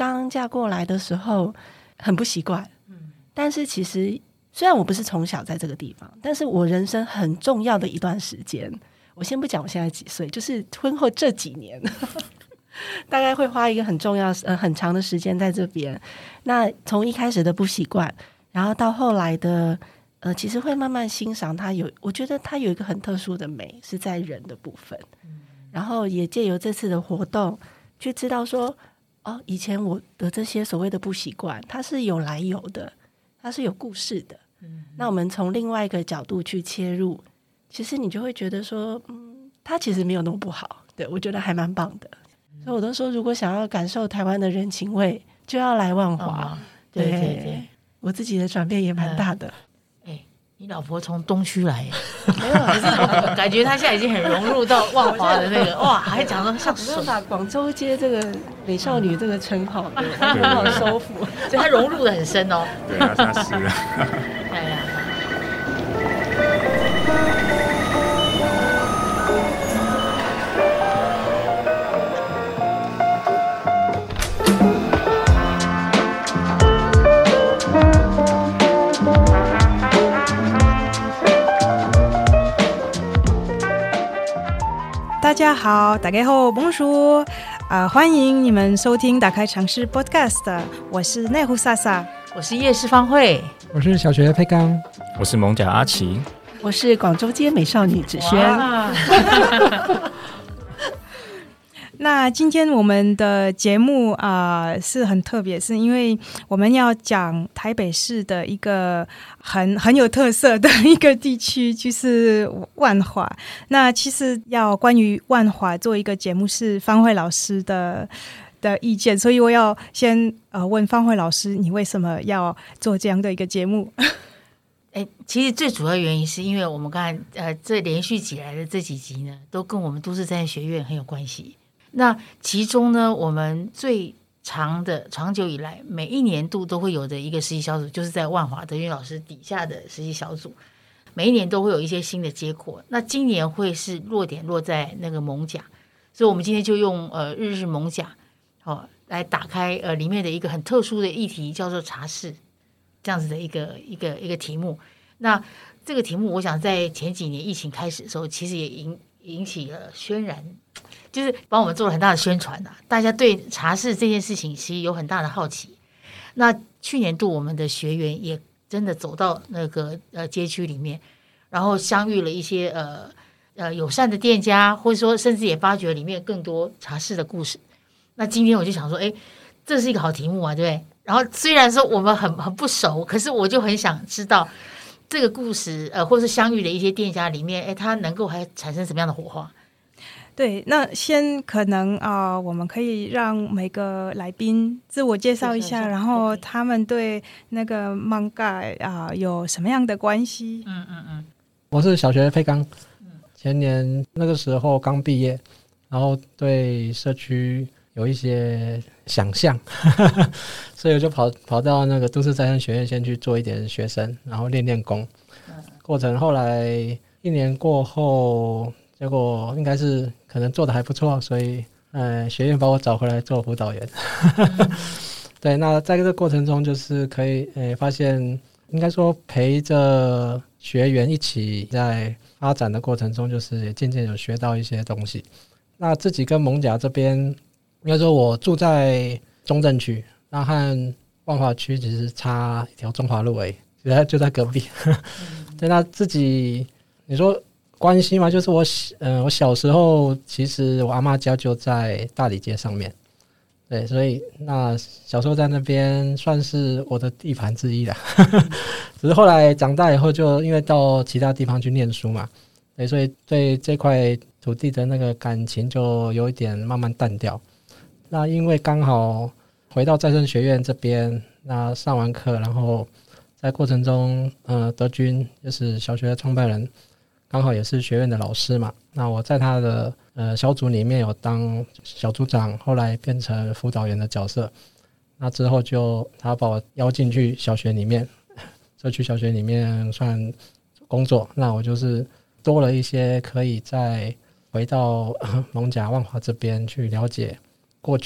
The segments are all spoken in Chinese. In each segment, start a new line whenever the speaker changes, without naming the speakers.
刚嫁过来的时候很不习惯，但是其实虽然我不是从小在这个地方，但是我人生很重要的一段时间，我先不讲我现在几岁，就是婚后这几年大概会花一个很重要很长的时间在这边。那从一开始的不习惯，然后到后来的其实会慢慢欣赏它，我觉得它有一个很特殊的美是在人的部分，然后也借由这次的活动去知道说以前我的这些所谓的不习惯它是有来由的，它是有故事的，那我们从另外一个角度去切入，其实你就会觉得说它其实没有那么不好，对，我觉得还蛮棒的。所以我都说如果想要感受台湾的人情味就要来万华，
对对对，
我自己的转变也蛮大的。
你老婆从东区来，
没有，
感觉她现在已经很融入到万华的那个哇，还讲得像水。
把广州街这个美少女这个称号很好收服，
所以她融入得很深哦。
对啊，她是啊。
哎呀。
大家好，大家好，Bonjour，欢迎你们收听打开尝试 Podcast， 我是内湖莎莎，
我是夜市方慧，
我是小学佩刚，
我是蒙甲阿奇，
我是广州街美少女芷萱。
那今天我们的节目是很特别，是因为我们要讲台北市的一个很有特色的一个地区，就是万华。那其实要关于万华做一个节目是方慧老师的意见，所以我要先问方慧老师，你为什么要做这样的一个节目？
其实最主要原因是因为我们刚才这连续起来的这几集呢，都跟我们都市战略学院很有关系。那其中呢，我们最长久以来每一年度都会有的一个实习小组，就是在万华德云老师底下的实习小组，每一年都会有一些新的结果。那今年会是落点落在那个艋舺，所以我们今天就用日艋舺来打开里面的一个很特殊的议题，叫做茶室，这样子的一个题目。那这个题目我想在前几年疫情开始的时候，其实也引起了轩然，就是帮我们做了很大的宣传大家对茶室这件事情其实有很大的好奇。那去年度我们的学员也真的走到那个街区里面，然后相遇了一些友善的店家，或者说甚至也发掘里面更多茶室的故事。那今天我就想说这是一个好题目对不对？然后虽然说我们很不熟，可是我就很想知道这个故事或是相遇的一些店家里面它能够还产生什么样的火花。
对，那先可能我们可以让每个来宾自我介绍一下，然后他们对那个 manga 有什么样的关系。
我是小学佩刚，前年那个时候刚毕业，然后对社区有一些想象所以我就跑到那个都市再生学院先去做一点学生，然后练功。过程后来1年过后，结果应该是可能做得还不错，所以学院把我找回来做辅导员对，那在这个过程中就是可以发现，应该说陪着学员一起在发展的过程中，就是也渐渐有学到一些东西。那自己跟艋舺这边，应该说我住在中正区，那和万华区其实差一条中华路而已，就在隔壁对，那自己你说关系嘛，就是我小时候其实我阿嬷家就在大理街上面，对，所以那小时候在那边算是我的地盘之一啦只是后来长大以后，就因为到其他地方去念书嘛，对，所以对这块土地的那个感情就有一点慢慢淡掉。那因为刚好回到再生学院这边，那上完课，然后在过程中德军就是小学的创办人，刚好也是学院的老师嘛，那我在他的小组里面有当小组长，后来变成辅导员的角色。那之后就他把我邀进去小学里面，社区小学里面算工作，那我就是多了一些可以再回到艋舺万华这边去了解过去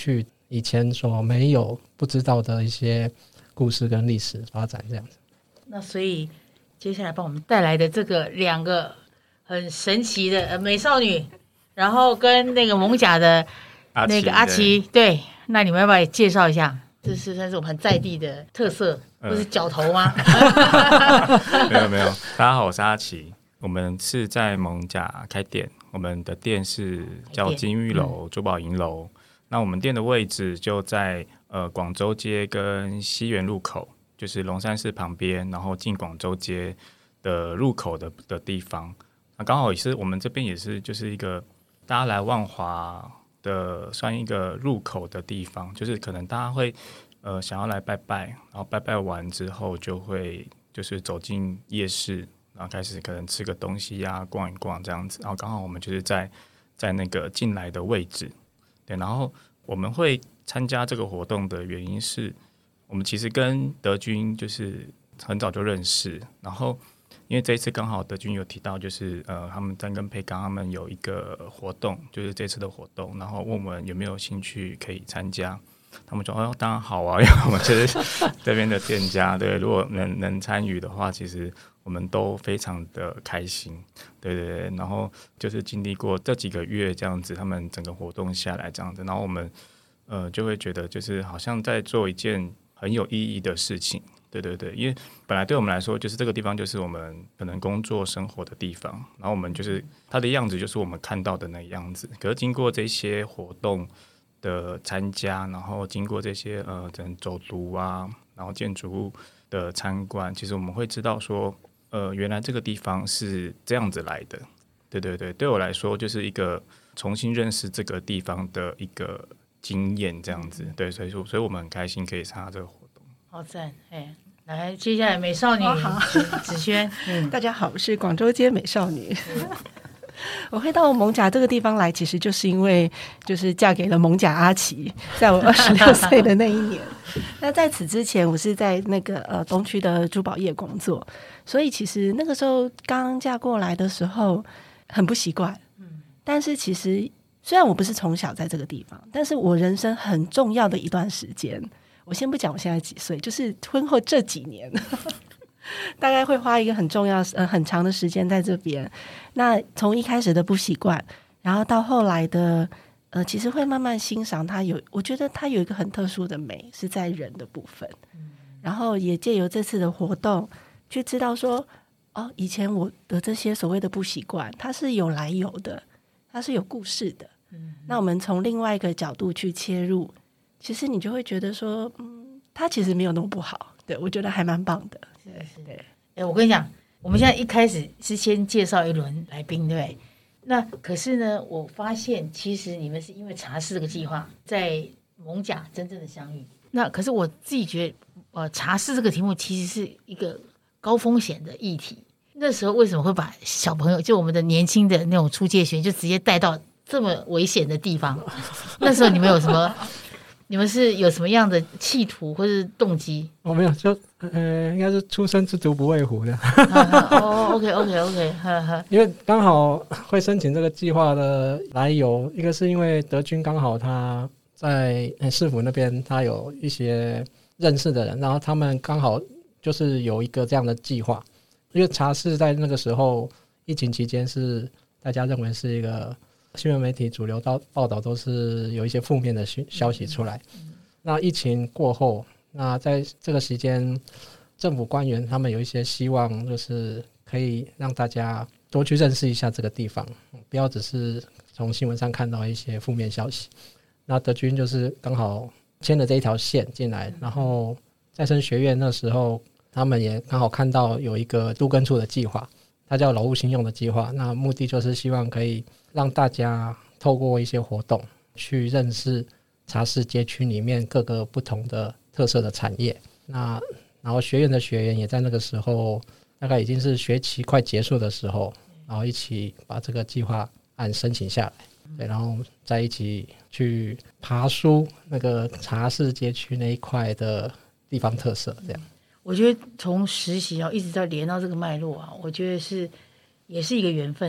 以前所没有不知道的一些故事跟历史发展这样子。
那所以接下来帮我们带来的这个2个很神奇的美少女，然后跟那个蒙甲的那个阿奇，对，那你们要不要也介绍一下？这是算是我们很在地的特色，不是角头吗？
没有，大家好，我是阿奇，我们是在蒙甲开店，我们的店是叫金玉楼珠宝银楼。那我们店的位置就在广州街跟西园路口，就是龙山寺旁边，然后进广州街的入口的地方。那刚好也是我们这边也是就是一个大家来万华的算一个入口的地方，就是可能大家会想要来拜拜，然后拜拜完之后就会就是走进夜市，然后开始可能吃个东西呀，逛一逛这样子。然后刚好我们就是在那个进来的位置。对，然后我们会参加这个活动的原因是，我们其实跟德军就是很早就认识，然后因为这一次刚好德军有提到，就是他们在跟佩刚他们有一个活动，就是这次的活动，然后问我们有没有兴趣可以参加，他们说哦当然好啊，因为我们就是这边的店家，对，如果能参与的话，其实我们都非常的开心，对对对，然后就是经历过这几个月这样子，他们整个活动下来这样子，然后我们就会觉得就是好像在做一件很有意义的事情，对对对，因为本来对我们来说，就是这个地方就是我们可能工作生活的地方，然后我们就是它的样子就是我们看到的那个样子，可是经过这些活动的参加，然后经过这些走读啊，然后建筑物的参观，其实我们会知道说原来这个地方是这样子来的，对对对，对我来说就是一个重新认识这个地方的一个经验这样子，对，所以我们很开心可以参加这个活动。
好赞，哎，来，接下来美少女子萱，
大家好，我是广州街美少女。我会到蒙甲这个地方来，其实就是因为就是嫁给了蒙甲阿奇，在我26岁的那一年。那在此之前，我是在那个东区的珠宝业工作，所以其实那个时候刚嫁过来的时候很不习惯。但是其实虽然我不是从小在这个地方，但是我人生很重要的一段时间，我先不讲我现在几岁，就是婚后这几年。大概会花一个很重要很长的时间在这边。那从一开始的不习惯，然后到后来的其实会慢慢欣赏它，我觉得它有一个很特殊的美是在人的部分。然后也借由这次的活动去知道说哦，以前我的这些所谓的不习惯它是有来由的，它是有故事的。那我们从另外一个角度去切入，其实你就会觉得说它其实没有那么不好。对，我觉得还蛮棒的。
对，我跟你讲，我们现在一开始是先介绍一轮来宾，对不对？那可是呢，我发现其实你们是因为茶室这个计划在蒙甲真正的相遇。那可是我自己觉得，茶室这个题目其实是一个高风险的议题。那时候为什么会把小朋友，就我们的年轻的那种初阶学员，就直接带到这么危险的地方？那时候你们有什么？你们是有什么样的企图或是动机？
我没有，就应该是初生之犊不畏虎的。
哦 ，OK，
因为刚好会申请这个计划的来由，一个是因为德军刚好他在市府那边，他有一些认识的人，然后他们刚好就是有一个这样的计划。因为茶室在那个时候疫情期间是大家认为是一个新闻媒体主流报道都是有一些负面的消息出来。那疫情过后，那在这个时间，政府官员他们有一些希望，就是可以让大家多去认识一下这个地方，不要只是从新闻上看到一些负面消息。那德军就是刚好牵了这一条线进来，然后再生学院那时候他们也刚好看到有一个都更处的计划，它叫劳务新用的计划。那目的就是希望可以让大家透过一些活动去认识茶室街区里面各个不同的特色的产业。那然后学院的学员也在那个时候大概已经是学期快结束的时候，然后一起把这个计划案申请下来，对，然后再一起去爬梳那个茶室街区那一块的地方特色。这样
我觉得从实习一直到连到这个脉络啊，我觉得也是一个缘分啊。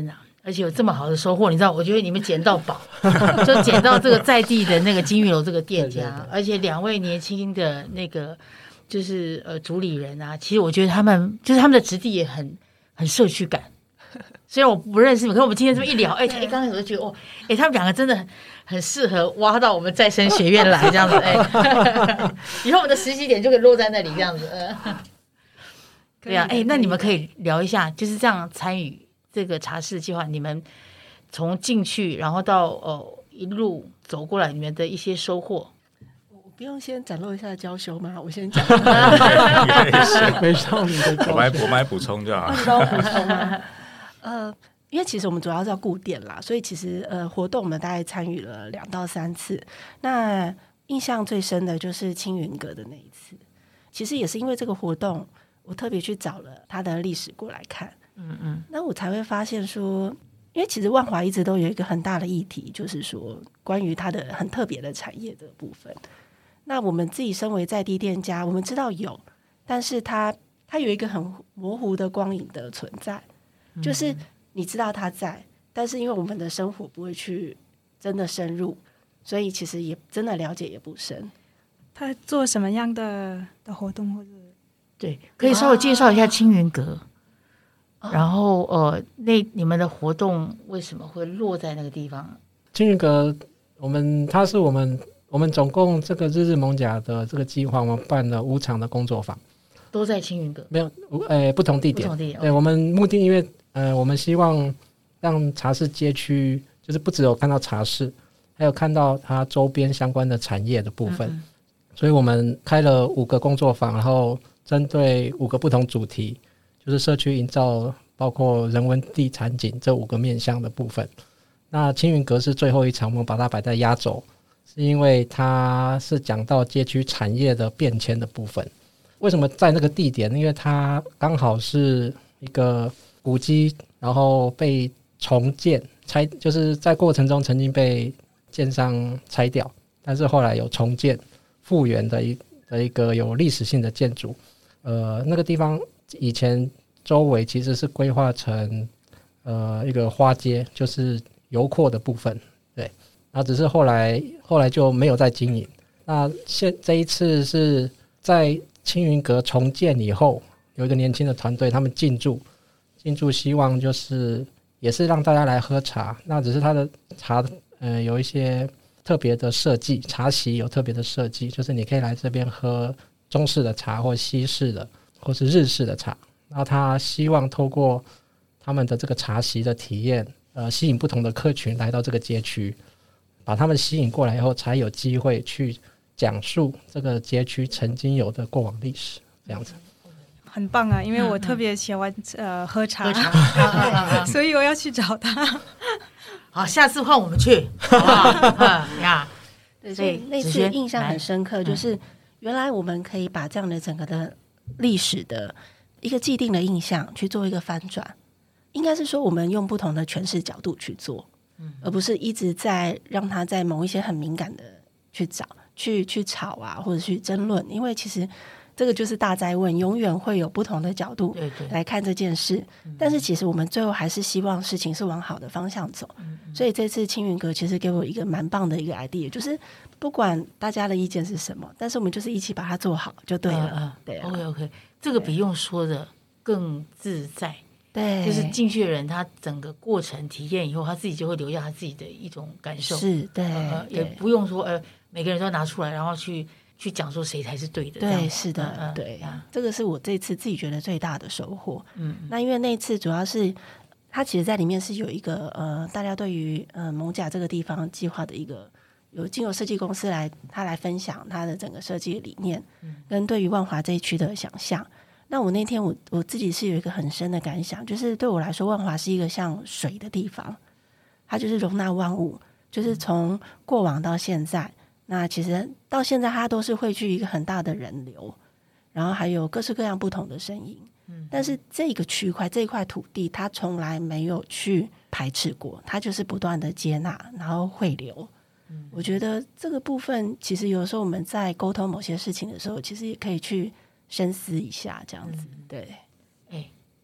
而且有这么好的收获，你知道，我觉得你们捡到宝，就捡到这个在地的那个金玉楼这个店家，
对对对，
而且2位年轻的那个就是主理人啊，其实我觉得他们的质地也很社区感。虽然我不认识你们，可是我们今天这么一聊，刚开始我就觉得他们2个真的很适合挖到我们再生学院来这样子，以后我们的实习点就可以落在那里这样子，对啊，那你们可以聊一下，就是这样参与这个茶室计划，你们从进去，然后到一路走过来，你们的一些收获。
我不用先展露一下娇羞吗？我先讲。
美少女的
我们来补充就好。
你帮我补充吗？因为其实我们主要是要顾店啦，所以其实活动我们大概参与了2到3次。那印象最深的就是青云阁的那一次。其实也是因为这个活动，我特别去找了它的历史过来看。那我才会发现说，因为其实万华一直都有一个很大的议题，就是说关于它的很特别的产业的部分。那我们自己身为在地店家，我们知道有，但是它有一个很模糊的光影的存在，就是你知道它在，但是因为我们的生活不会去真的深入，所以其实也真的了解也不深。
他做什么样的活动或者？
对，可以稍微介绍一下青云阁。然后你们的活动为什么会落在那个地方？
青云阁，它是我们总共这个日日艋舺的这个计划，我们办了5场的工作坊，
都在青云阁，
没有不同地点。对，我们目的因为我们希望让茶室街区，就是不只有看到茶室，还有看到它周边相关的产业的部分。所以我们开了5个工作坊，然后针对5个不同主题，就是社区营造，包括人文地产景这5个面向的部分。那青云阁是最后一场，我们把它摆在压轴，是因为它是讲到街区产业的变迁的部分。为什么在那个地点？因为它刚好是一个古迹，然后被重建就是在过程中曾经被建商拆掉，但是后来有重建复原的一个有历史性的建筑。那个地方以前周围其实是规划成一个花街，就是油阔的部分，对。然后只是后来就没有再经营。那这一次是在青云阁重建以后，有一个年轻的团队，他们进驻，希望就是也是让大家来喝茶。那只是他的茶有一些特别的设计，茶席有特别的设计，就是你可以来这边喝中式的茶或西式的或是日式的茶。然后他希望透过他们的这个茶席的体验，吸引不同的客群来到这个街区，把他们吸引过来以后，才有机会去讲述这个街区曾经有的过往历史，这样子。
很棒啊，因为我特别喜欢喝茶，所以我要去找他。
好，下次换我们去，好不好？呀，
对，所以那次印象很深刻，就是原来我们可以把这样的整个的历史的一个既定的印象去做一个翻转，应该是说我们用不同的诠释角度去做，而不是一直在让它在某一些很敏感的去吵啊，或者去争论，因为其实这个就是大哉问，永远会有不同的角度来看这件事。但是其实我们最后还是希望事情是往好的方向走。所以这次青云阁其实给我一个蛮棒的一个 idea， 就是不管大家的意见是什么，但是我们就是一起把它做好就对了。对啊
，OK， 这个比用说的更自在。
对，
就是进去的人，他整个过程体验以后，他自己就会留下他自己的一种感受。
是，对，
也不用说每个人都拿出来，然后去讲说谁才是对的。
对，是的，对，这个是我这次自己觉得最大的收获。那因为那次主要是它其实在里面是有一个大家对于艋舺这个地方计划的一个有经由设计公司他来分享他的整个设计理念，跟对于万华这一区的想象。那我那天我自己是有一个很深的感想，就是对我来说，万华是一个像水的地方，它就是容纳万物，就是从过往到现在，那其实到现在它都是汇聚一个很大的人流，然后还有各式各样不同的声音。但是这个区块这一块土地，它从来没有去排斥过，它就是不断的接纳，然后汇流。我觉得这个部分，其实有时候我们在沟通某些事情的时候，其实也可以去深思一下，这样子。对，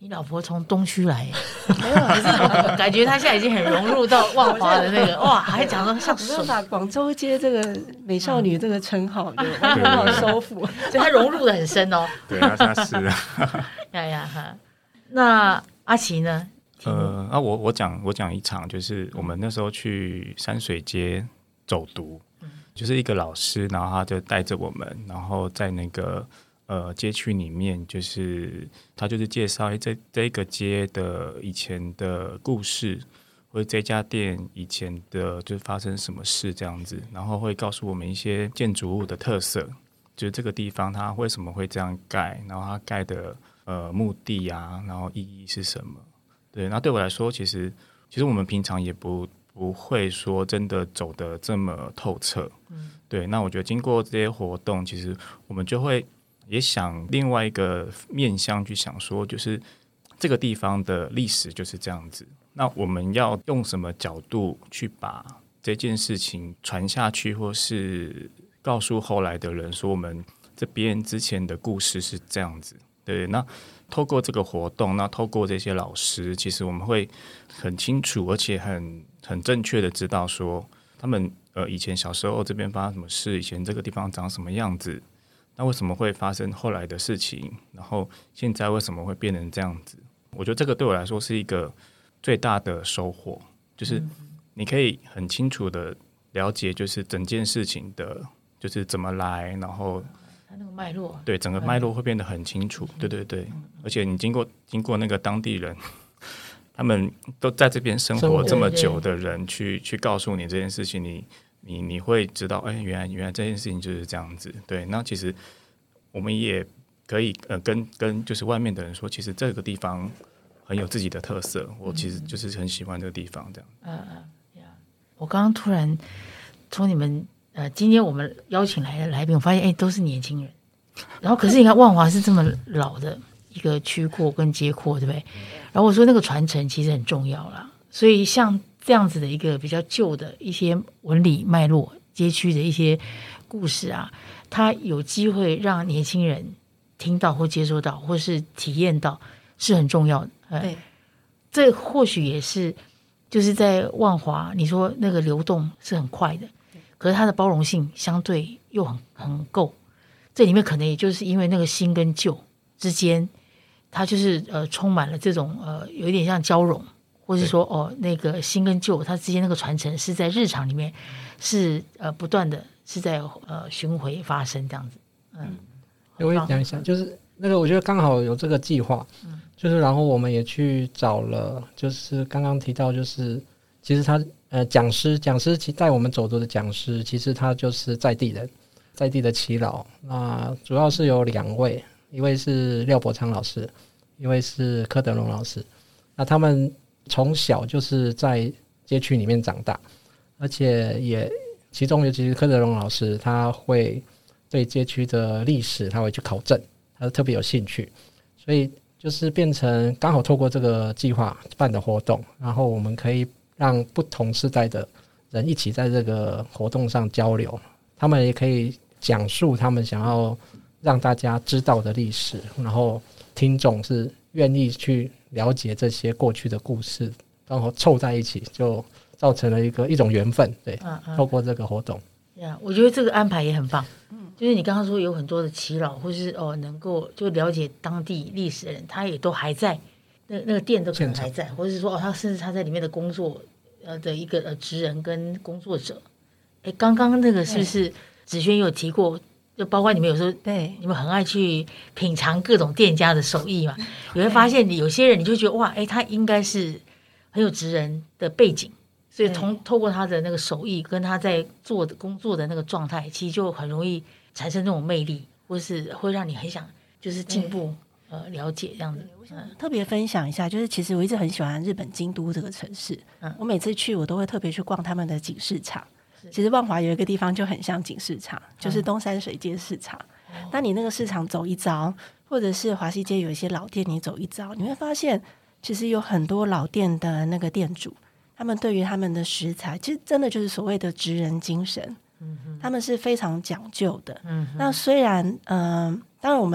你老婆从东区来，
没有啊，
感觉她现在已经很融入到万华的那个哇，还讲得像水
我没有，把广州街这个美少女这个称号就完全好收服。
所以她融入的很深哦。
对，他是
呀呀哈，那阿奇呢？
我讲一场，就是我们那时候去山水街走读，就是一个老师，然后他就带着我们，然后在那个街区里面，就是他就是介绍这个街的以前的故事，或者这家店以前的就是发生什么事这样子，然后会告诉我们一些建筑物的特色，就是这个地方它为什么会这样盖，然后它盖的目的啊，然后意义是什么。对，那对我来说，其实我们平常也不会说真的走得这么透彻。对，那我觉得经过这些活动，其实我们就会也想另外一个面向去想说，就是这个地方的历史就是这样子。那我们要用什么角度去把这件事情传下去，或是告诉后来的人说，我们这边之前的故事是这样子。对，那透过这个活动，那透过这些老师，其实我们会很清楚，而且很正确的知道说，他们以前小时候这边发生什么事，以前这个地方长什么样子，那为什么会发生后来的事情，然后现在为什么会变成这样子？我觉得这个对我来说是一个最大的收获，就是你可以很清楚的了解，就是整件事情的，就是怎么来，然后
它那个脉络，
对，整个脉络会变得很清楚。对对对，而且你经过那个当地人，他们都在这边生活这么久的人去告诉你这件事情，你会知道，哎，原来这件事情就是这样子。对，那其实我们也可以跟就是外面的人说，其实这个地方很有自己的特色，我其实就是很喜欢这个地方这样。
我刚刚突然从你们今天我们邀请来的来宾，我发现都是年轻人。然后可是你看万华是这么老的一个区廓跟街廓，对不对？然后我说那个传承其实很重要啦，所以像这样子的一个比较旧的一些纹理脉络、街区的一些故事啊，它有机会让年轻人听到或接收到，或是体验到，是很重要的。
对，
这或许也是就是在万华，你说那个流动是很快的，可是它的包容性相对又很够。这里面可能也就是因为那个新跟旧之间，它就是充满了这种有一点像交融，或是说那个新跟旧它之间那个传承是在日常里面是不断的是在巡回发生这样子。
我也讲一下，就是那个我觉得刚好有这个计划，就是然后我们也去找了，就是刚刚提到，就是其实他讲师带我们走读的讲师，其实他就是在地人。在地的耆老，那主要是有2位，一位是廖伯昌老师，一位是柯德龙老师。那他们从小就是在街区里面长大，而且也其中尤其是柯德龙老师，他会对街区的历史他会去考证，他特别有兴趣，所以就是变成刚好透过这个计划办的活动，然后我们可以让不同世代的人一起在这个活动上交流，他们也可以讲述他们想要让大家知道的历史，然后听众是愿意去了解这些过去的故事，然后凑在一起，就造成了一种缘分。对，透过这个活动，
我觉得这个安排也很棒。就是你刚刚说有很多的耆老，或是能够就了解当地历史的人，他也都还在那个店都可能还在，或者是说他甚至他在里面的工作的一个职人跟工作者。刚刚那个是不是子轩有提过？就包括你们有时候
对
你们很爱去品尝各种店家的手艺嘛，你会发现有些人你就觉得哇，他应该是很有职人的背景，所以透过他的那个手艺跟他在做的工作的那个状态，其实就很容易产生这种魅力，或是会让你很想就是进步了解这样子。
我想特别分享一下，就是其实我一直很喜欢日本京都这个城市，我每次去我都会特别去逛他们的锦市场。其实万华有一个地方就很像锦市场，就是东山水街市场。当你那个市场走一遭，或者是华西街有一些老店你走一遭，你会发现其实有很多老店的那个店主，他们对于他们的食材其实真的就是所谓的职人精神，他们是非常讲究的。那虽然当然我们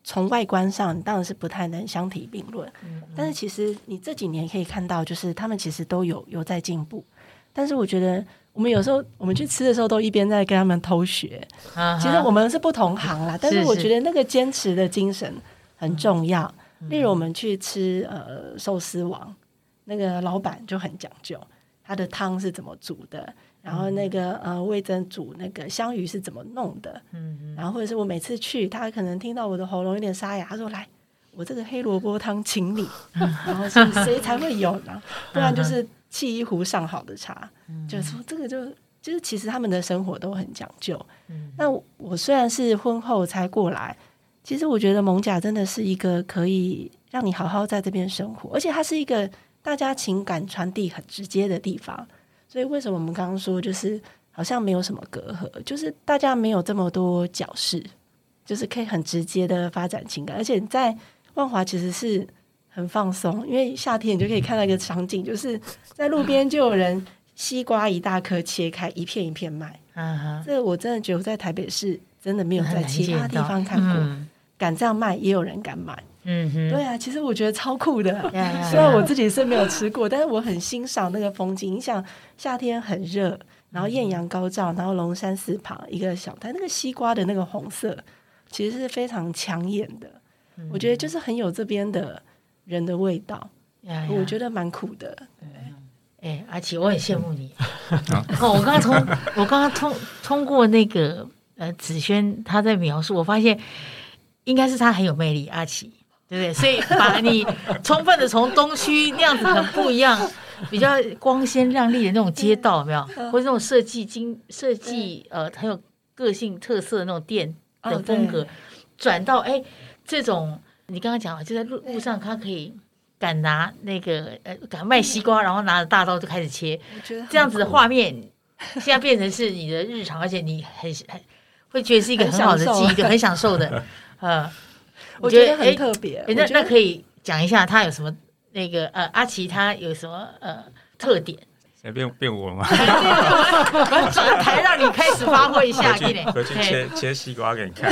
从外观上你当然是不太能相提并论，但是其实你这几年可以看到，就是他们其实都有在进步。但是我觉得我们有时候我们去吃的时候都一边在跟他们偷学，其实我们是不同行啦，但是我觉得那个坚持的精神很重要。例如我们去吃寿司王，那个老板就很讲究，他的汤是怎么煮的，然后那个味噌煮那个香鱼是怎么弄的，然后或者是我每次去，他可能听到我的喉咙有点沙哑，他说来，我这个黑萝卜汤请你，然后是谁才会有呢？不然就是沏一壶上好的茶，就是说这个就是其实他们的生活都很讲究。那我虽然是婚后才过来，其实我觉得艋舺真的是一个可以让你好好在这边生活，而且它是一个大家情感传递很直接的地方。所以为什么我们刚刚说就是好像没有什么隔阂，就是大家没有这么多矫饰，就是可以很直接的发展情感。而且在万华其实是很放松，因为夏天你就可以看到一个场景，就是在路边就有人西瓜一大颗切开一片一片卖。这个我真的觉得我在台北市真的没有在其他地方看过，敢这样卖也有人敢买。对啊，其实我觉得超酷的。虽然我自己是没有吃过，但是我很欣赏那个风景。你想夏天很热，然后艳阳高照，然后龙山寺旁一个小摊，那个西瓜的那个红色其实是非常抢眼的。我觉得就是很有这边的人的味道，我觉得蛮酷的。
阿奇，我很羡慕你。我刚刚通过那个子轩他在描述，我发现应该是他很有魅力，阿奇，对不对？所以把你充分的从东区那样子很不一样，比较光鲜亮丽的那种街道，有没有？或者那种设计很有个性特色的那种店的风格，转到这种你刚刚讲就在路上，他可以敢拿那个敢卖西瓜，然后拿着大刀就开始切，这样子的画面，现在变成是你的日常，而且你很会觉得是一个很好的记忆，很享受的。
我觉得很特别。
那可以讲一下他有什么那个阿奇他有什么特点？
现在变我了吗？
我转台让你开始发挥一下，
回去切西瓜给你看。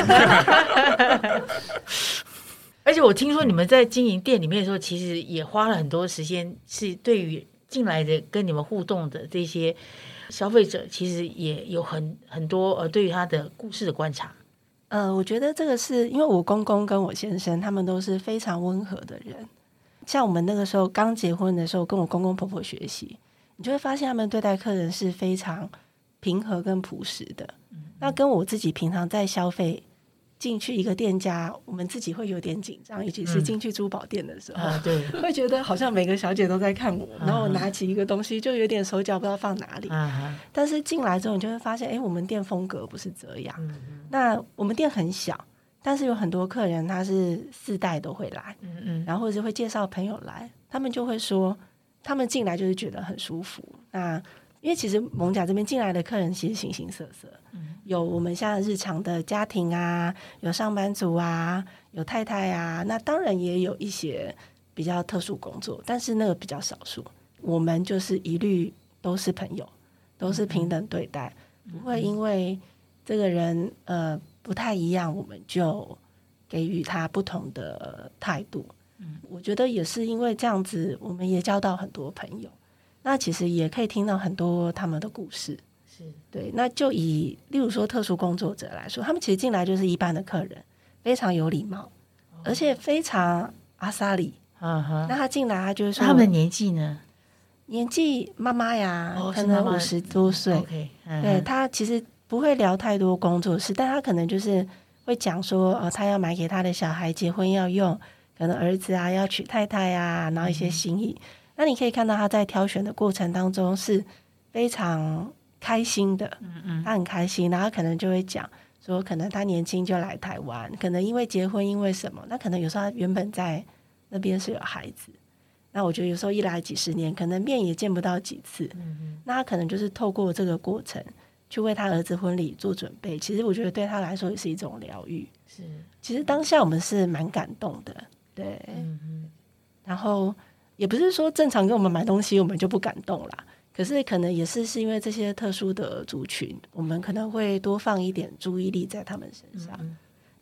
而且我听说你们在经营店里面的时候，其实也花了很多时间，是对于进来的跟你们互动的这些消费者，其实也有很多对于他的故事的观察。
我觉得这个是因为我公公跟我先生他们都是非常温和的人，像我们那个时候刚结婚的时候，跟我公公婆婆学习，你就会发现他们对待客人是非常平和跟朴实的。那跟我自己平常在消费进去一个店家，我们自己会有点紧张，尤其是进去珠宝店的时候，
对，
会觉得好像每个小姐都在看我，然后我拿起一个东西就有点手脚不知道放哪里。但是进来之后，你就会发现，我们店风格不是这样。那我们店很小，但是有很多客人他是4代都会来，然后或者是会介绍朋友来，他们就会说，他们进来就是觉得很舒服。那因为其实艋舺这边进来的客人其实形形色色，有我们像日常的家庭啊，有上班族啊，有太太啊，那当然也有一些比较特殊工作，但是那个比较少数。我们就是一律都是朋友，都是平等对待，不会因为这个人不太一样，我们就给予他不同的态度。我觉得也是因为这样子，我们也交到很多朋友。那其实也可以听到很多他们的故事，对。那就以例如说特殊工作者来说，他们其实进来就是一般的客人，非常有礼貌，而且非常阿萨里。那他进来，他就是说，
他们的年纪呢？
年纪妈妈呀，可能50多岁。对，他其实不会聊太多工作事，但他可能就是会讲说，他要买给他的小孩结婚要用，可能儿子啊要娶太太啊，然后一些心意。那你可以看到他在挑选的过程当中是非常开心的，他很开心，然后可能就会讲说，可能他年轻就来台湾，可能因为结婚，因为什么，那可能有时候他原本在那边是有孩子，那我觉得有时候一来几十年，可能面也见不到几次，那他可能就是透过这个过程去为他儿子婚礼做准备，其实我觉得对他来说也是一种疗愈。其实当下我们是蛮感动的，对，然后也不是说正常跟我们买东西我们就不感动啦，可是可能也是因为这些特殊的族群，我们可能会多放一点注意力在他们身上。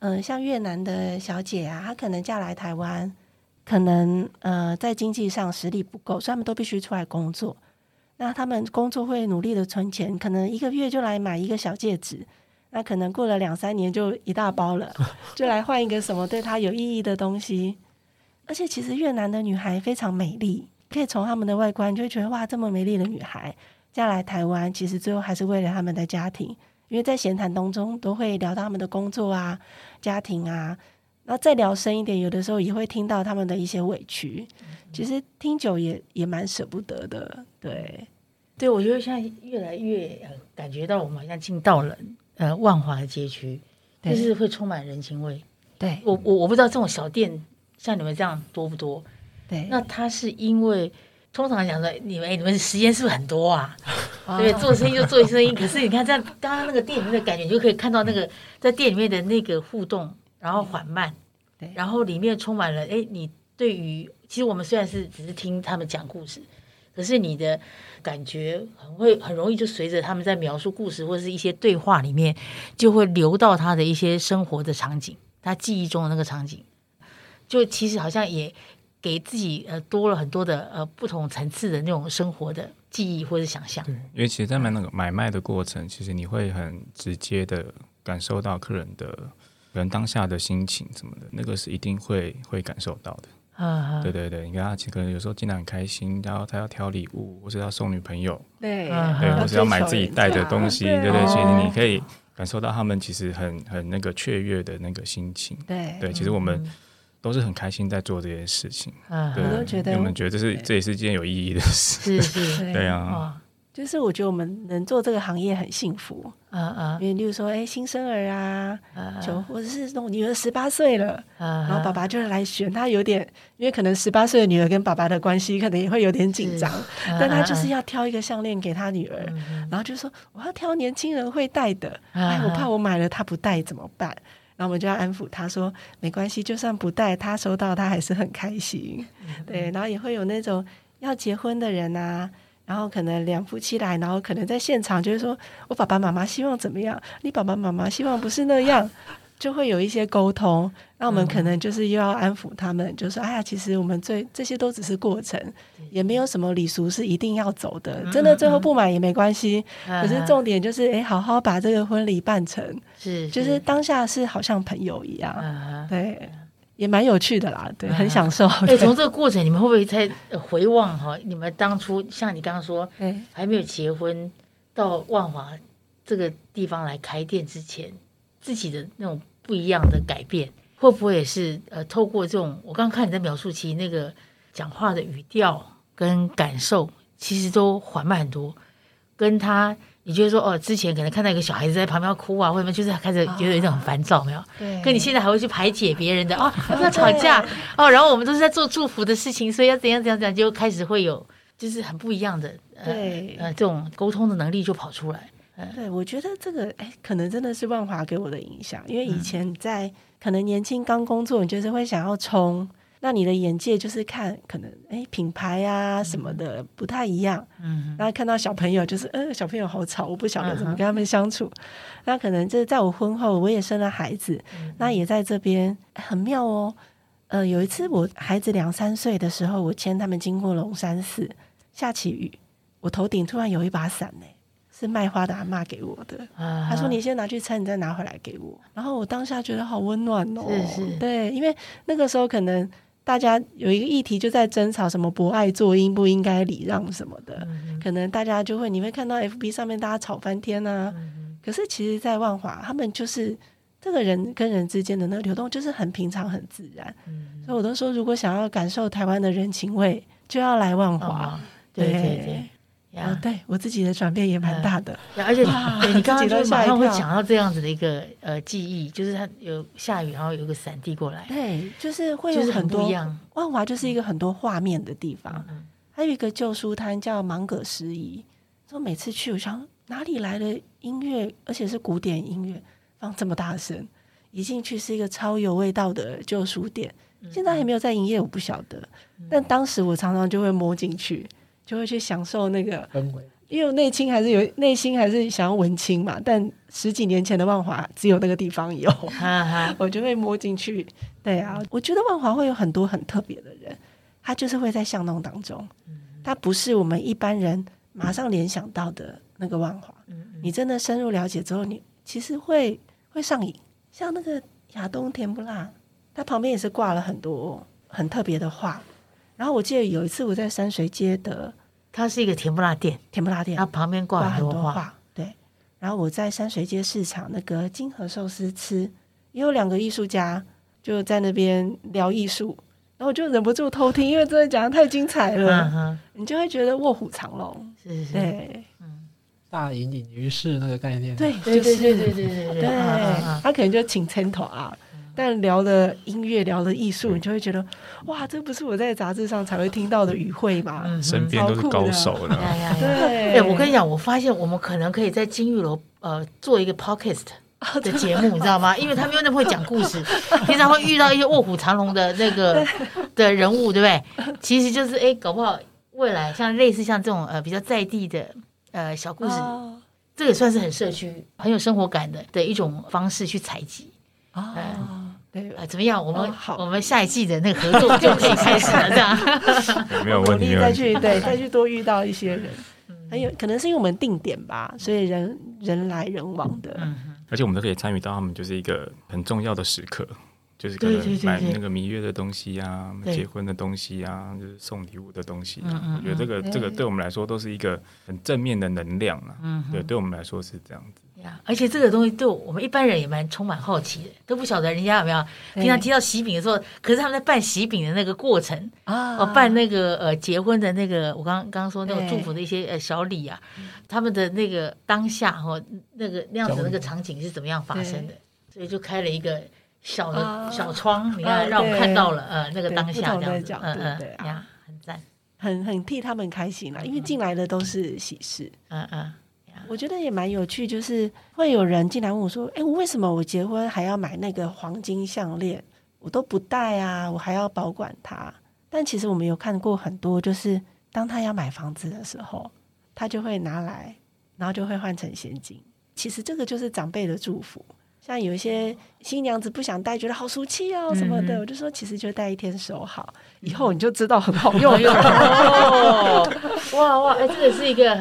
像越南的小姐啊，她可能嫁来台湾，可能在经济上实力不够，所以他们都必须出来工作。那他们工作会努力的存钱，可能1个月就来买一个小戒指，那可能过了2-3年就一大包了，就来换一个什么对她有意义的东西。而且其实越南的女孩非常美丽，可以从她们的外观就会觉得哇，这么美丽的女孩嫁来台湾，其实最后还是为了他们的家庭，因为在闲谈当中都会聊到他们的工作啊、家庭啊，然后再聊深一点，有的时候也会听到他们的一些委屈，其实听久也蛮舍不得的。
对，我觉得现在越来越感觉到我们好像进到了万华的街区，就是会充满人情味。
对，
我不知道这种小店像你们这样多不多？
对，
那它是因为通常讲说你们时间是不是很多啊？对，做生意就做生意。可是你看，在刚刚那个店里面的感觉，你就可以看到那个在店里面的那个互动，然后缓慢，
对，
然后里面充满了你对于其实我们虽然是只是听他们讲故事，可是你的感觉很容易就随着他们在描述故事或是一些对话里面，就会流到他的一些生活的场景，他记忆中的那个场景，就其实好像也给自己多了很多的不同层次的那种生活的记忆或者想象。
对，因为其实在那个买卖的过程，其实你会很直接的感受到客人的可能当下的心情什么的，那个是一定会感受到的。对对对，你看他可能有时候进来很开心，然后他要挑礼物，或是要送女朋友，
对，
或是要买自己带的东西，对对，其实你可以感受到他们其实很那个雀跃的那个心情。对，其实我们都是很开心在做这件事情。对，
我都觉得
我们觉得这也是一件有意义的事。
是，
对啊。
就是我觉得我们能做这个行业很幸福，因为例如说，新生儿啊，或者是那种女儿18岁了，然后爸爸就来选，他有点，因为可能18岁的女儿跟爸爸的关系可能也会有点紧张，但他就是要挑一个项链给他女儿，然后就说我要挑年轻人会戴的，我怕我买了他不戴怎么办？然后我们就要安抚他说没关系，就算不戴，他收到他还是很开心。对，然后也会有那种要结婚的人啊，然后可能2夫妻来，然后可能在现场就是说我爸爸妈妈希望怎么样，你爸爸妈妈希望不是那样，就会有一些沟通。那我们可能就是又要安抚他们，就说哎呀，其实我们这些都只是过程，也没有什么礼俗是一定要走的，真的最后不买也没关系。可是重点就是好好把这个婚礼办成，就是当下是好像朋友一样。对，也蛮有趣的啦，对，很享受。
从这个过程，你们会不会在回望你们当初像你刚刚说，还没有结婚到万华这个地方来开店之前，自己的那种不一样的改变，会不会也是透过这种我刚刚看你在描述，其实那个讲话的语调跟感受，其实都缓慢很多，跟他。你觉得说之前可能看到一个小孩子在旁边哭啊，或者就是开始觉得有一种很烦躁，没有？对。跟你现在还会去排解别人的要不要吵架然后我们都是在做祝福的事情，所以要怎样，就开始会有就是很不一样的这种沟通的能力就跑出来。
对，我觉得这个可能真的是万华给我的影响，因为以前在可能年轻刚工作，你就是会想要冲。那你的眼界就是看可能品牌啊什么的不太一样，然后看到小朋友就是小朋友好吵，我不晓得怎么跟他们相处。那可能这在我婚后我也生了孩子，那也在这边很妙哦。有一次我孩子2-3岁的时候，我牵他们经过龙山寺，下起雨，我头顶突然有一把伞是卖花的阿嬷给我的，他说你先拿去撑，你再拿回来给我。然后我当下觉得好温暖哦。对，因为那个时候可能大家有一个议题就在争吵什么博爱座应不应该礼让什么的，可能大家你会看到 FB 上面大家吵翻天啊。可是其实在万华他们就是这个人跟人之间的那个流动就是很平常很自然。所以我都说如果想要感受台湾的人情味就要来万华。对，对我自己的转变也蛮大的。
而且你刚刚就马上会讲到这样子的一个记忆，就是它有下雨，然后有个伞递过来。
对，就是会有很多不一样。万华就是一个很多画面的地方。还有一个旧书摊叫芒葛诗仪，所以每次去我想哪里来的音乐，而且是古典音乐放这么大声，一进去是一个超有味道的旧书店。现在还没有在营业，我不晓得。但当时我常常就会摸进去，就会去享受那个氛围。 因为我内心还是想要文青嘛，但10几年前的万华只有那个地方有，我就会摸进去。对啊，我觉得万华会有很多很特别的人，他就是会在巷弄当中，他不是我们一般人马上联想到的那个万华。你真的深入了解之后，你其实会上瘾。像那个亚东甜不辣，它旁边也是挂了很多很特别的画。然后我记得有一次我在山水街的，
它是一个甜不辣店，它旁边挂很多画。
对，然后我在山水街市场那个金河寿司吃，也有2个艺术家就在那边聊艺术，然后我就忍不住偷听，因为真的讲得太精彩了，你就会觉得卧虎藏龙。
是，
对，
大隐隐于市那个概念。
对，
对，
他可能就请牵头啊。但聊的音乐，聊的艺术，你就会觉得，哇，这不是我在杂志上才会听到的语汇吗？
身边都是高手了。
对，
我跟你讲，我发现我们可能可以在金玉楼做一个 podcast 的节目，你知道吗？因为他们又那么会讲故事，平常会遇到一些卧虎藏龙的那个的人物，对不对？其实就是搞不好未来像类似像这种比较在地的小故事，这个算是很社区、很有生活感的一种方式去采集。
对，
怎么样？我们下一季的那个合作就可以开始了，这样
没有问题。
再去多遇到一些人，很有可能是因为我们定点吧，所以人来人往的，
而且我们都可以参与到他们就是一个很重要的时刻，就是可能买那个蜜月的东西啊，结婚的东西啊，就是送礼物的东西啊。我觉得这个对我们来说都是一个很正面的能量啊。对我们来说是这样子。
而且这个东西对我们一般人也充满好奇的，都不晓得人家有没有平常提到喜饼的时候，可是他们在办喜饼的那个过程办那个结婚的那个，我刚刚说那种祝福的一些小礼啊，他们的那个当下那样子那个场景是怎么样发生的，所以就开了一个小的小窗，你看让我们看到了那个当下这样子，很赞，
很替他们开心啦，因为进来的都是喜事，我觉得也蛮有趣，就是会有人进来问我说：“我为什么我结婚还要买那个黄金项链？我都不戴啊，我还要保管它。”但其实我们有看过很多，就是当他要买房子的时候，他就会拿来，然后就会换成现金。其实这个就是长辈的祝福。像有一些新娘子不想戴，觉得好俗气哦什么的，我就说其实就戴一天收好，以后你就知道很好用了。
哇，这个是一个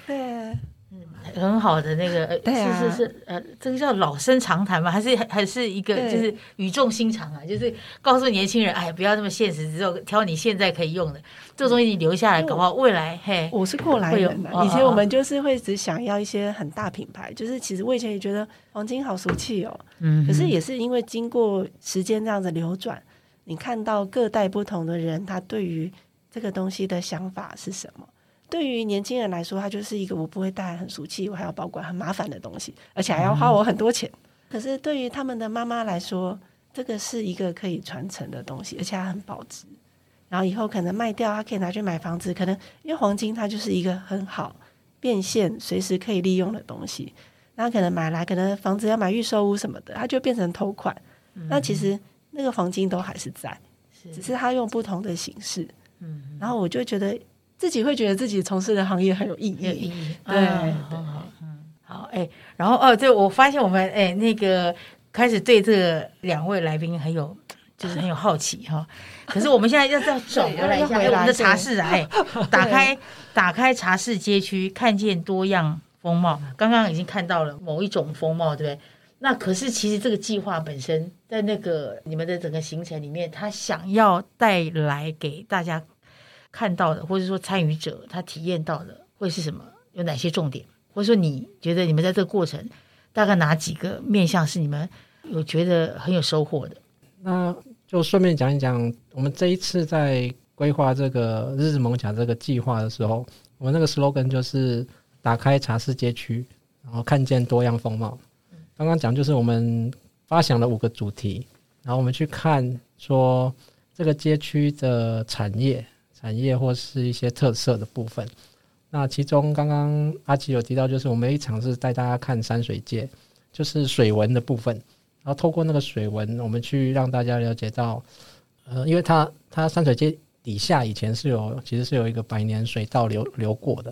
很好的那个是这个叫老生常谈吗？还是一个就是语重心长啊？就是告诉年轻人，不要那么现实，只有挑你现在可以用的这个东西，你留下来，搞不好未来
我是过来人嘛，以前我们就是会只想要一些很大品牌，就是其实我以前也觉得黄金好俗气哦，可是也是因为经过时间这样子流转，你看到各代不同的人，他对于这个东西的想法是什么。对于年轻人来说，它就是一个我不会带很俗气，我还要保管很麻烦的东西，而且还要花我很多钱。可是对于他们的妈妈来说，这个是一个可以传承的东西，而且它很保值。然后以后可能卖掉，它可以拿去买房子。可能因为黄金它就是一个很好变现、随时可以利用的东西。那可能买来，可能房子要买预售屋什么的，它就变成头款。那其实那个黄金都还是在，只是它用不同的形式。然后我就觉得。自己会觉得自己从事的行业很有意义，对，
好，然后对，我发现我们那个开始对这2位来宾就是很有好奇哈。可是我们现在要转回来一下，我们的茶室打开茶室街区，看见多样风貌。刚刚已经看到了某一种风貌，对不对？那可是其实这个计划本身，在那个你们的整个行程里面，他想要带来给大家。看到的，或者说参与者他体验到的会是什么？有哪些重点？或者说你觉得你们在这个过程大概哪几个面向是你们有觉得很有收获的？
那就顺便讲一讲，我们这一次在规划这个日日艋舺这个计划的时候，我们那个 slogan 就是打开茶室街区，然后看见多样风貌。刚刚讲就是我们发想了5个主题，然后我们去看说这个街区的产业或是一些特色的部分。那其中刚刚阿奇有提到，就是我们一场是带大家看山水界，就是水文的部分，然后透过那个水文，我们去让大家了解到，因为它山水界底下以前其实是有一个百年水道流过的，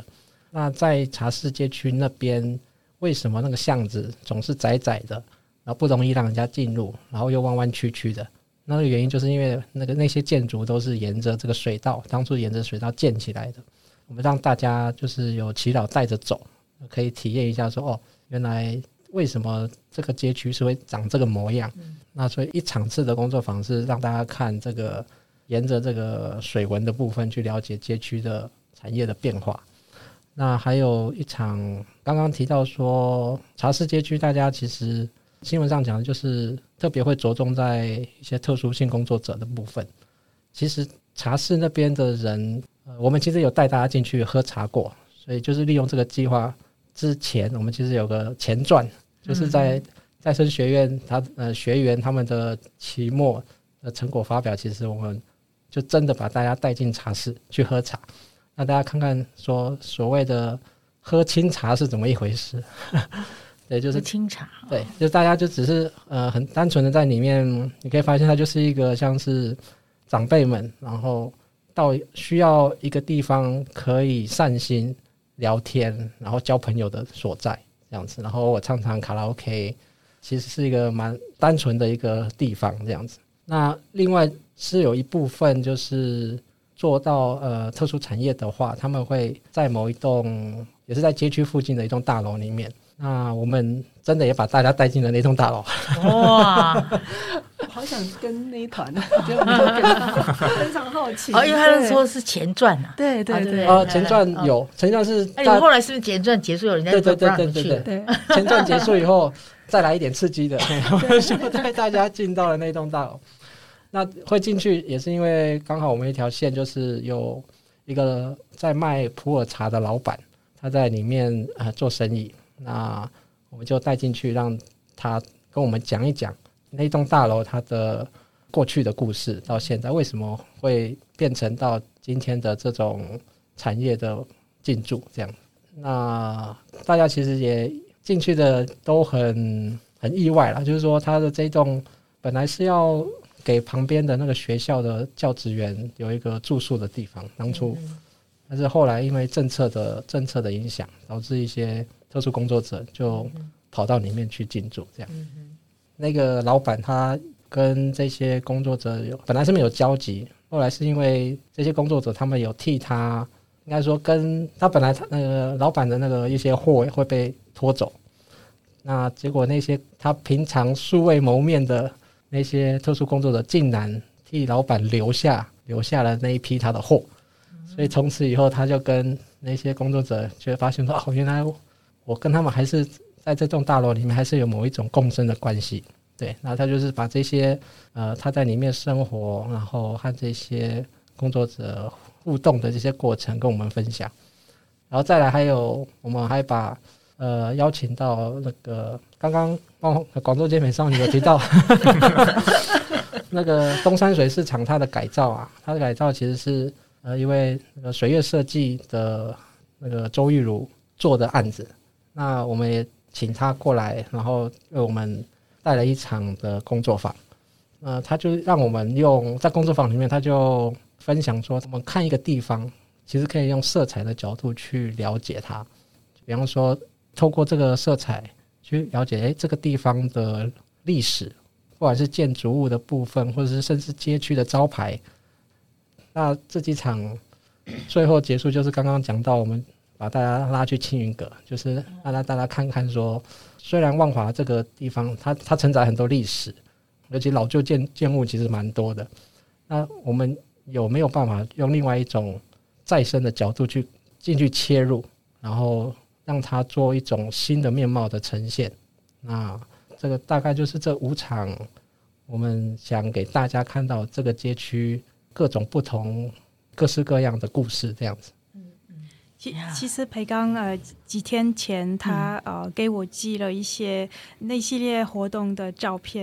那在茶室街区那边，为什么那个巷子总是窄窄的，然后不容易让人家进入，然后又弯弯曲曲的？那个原因就是因为那些建筑都是沿着这个水道，当初沿着水道建起来的。我们让大家就是有耆老带着走，可以体验一下说，原来为什么这个街区是会长这个模样。那所以一场次的工作坊是让大家看这个沿着这个水文的部分去了解街区的产业的变化。那还有一场刚刚提到说茶室街区，大家其实新闻上讲的就是特别会着重在一些特殊性工作者的部分。其实茶室那边的人，我们其实有带大家进去喝茶过，所以就是利用这个计划之前，我们其实有个前传，就是在再生学院学员他们的期末的成果发表，其实我们就真的把大家带进茶室去喝茶，那大家看看说所谓的喝清茶是怎么一回事。对，就是
清茶，
对，就大家就只是很单纯的在里面，你可以发现它就是一个像是长辈们，然后到需要一个地方可以散心聊天，然后交朋友的所在这样子。然后我唱唱卡拉 OK， 其实是一个蛮单纯的一个地方这样子。那另外是有一部分就是做到特殊产业的话，他们会在某一栋也是在街区附近的一栋大楼里面。那我们真的也把大家带进了那栋大楼。
哇，
我好想跟那一团，觉得我们非常好奇。
因为他那时候是前传啊，
对对对，
前传有，前传是。
你们后来是不是前传结束，人家就不让你去了？
对，前传结束以后再来一点刺激的，我们就带大家进到了那栋大楼。那会进去也是因为刚好我们一条线就是有一个在卖普洱茶的老板，他在里面做生意。那我们就带进去，让他跟我们讲一讲那栋大楼它的过去的故事，到现在为什么会变成到今天的这种产业的进驻这样。那大家其实也进去的都很意外啦，就是说他的这栋本来是要给旁边的那个学校的教职员有一个住宿的地方，当初，但是后来因为政策的影响，导致一些特殊工作者就跑到里面去进驻这样。那个老板他跟这些工作者本来是没有交集，后来是因为这些工作者他们有替他，应该说跟他本来那个老板的那个一些货会被拖走，那结果那些他平常素未谋面的那些特殊工作者竟然替老板留下了那一批他的货，所以从此以后他就跟那些工作者就会发现说，原来我跟他们还是在这栋大楼里面还是有某一种共生的关系。对，然后他就是把这些他在里面生活，然后和这些工作者互动的这些过程跟我们分享。然后再来还有我们还把邀请到那个刚刚广州街美少女有提到那个东山水市场它的改造啊，它的改造其实是一位那个水月设计的那个周玉如做的案子。那我们也请他过来，然后为我们带了一场的工作坊。他就让我们在工作坊里面，他就分享说，我们看一个地方，其实可以用色彩的角度去了解它。比方说，透过这个色彩去了解，这个地方的历史，不管是建筑物的部分，或者是甚至街区的招牌。那这几场最后结束，就是刚刚讲到我们把大家拉去青云阁，就是让大家看看说，虽然万华这个地方它承载很多历史，而且老旧建物其实蛮多的，那我们有没有办法用另外一种再生的角度进去切入，然后让它做一种新的面貌的呈现？那这个大概就是这5场我们想给大家看到这个街区各种不同各式各样的故事这样子。
其实培刚几天前他给我寄了一些那系列活动的照片，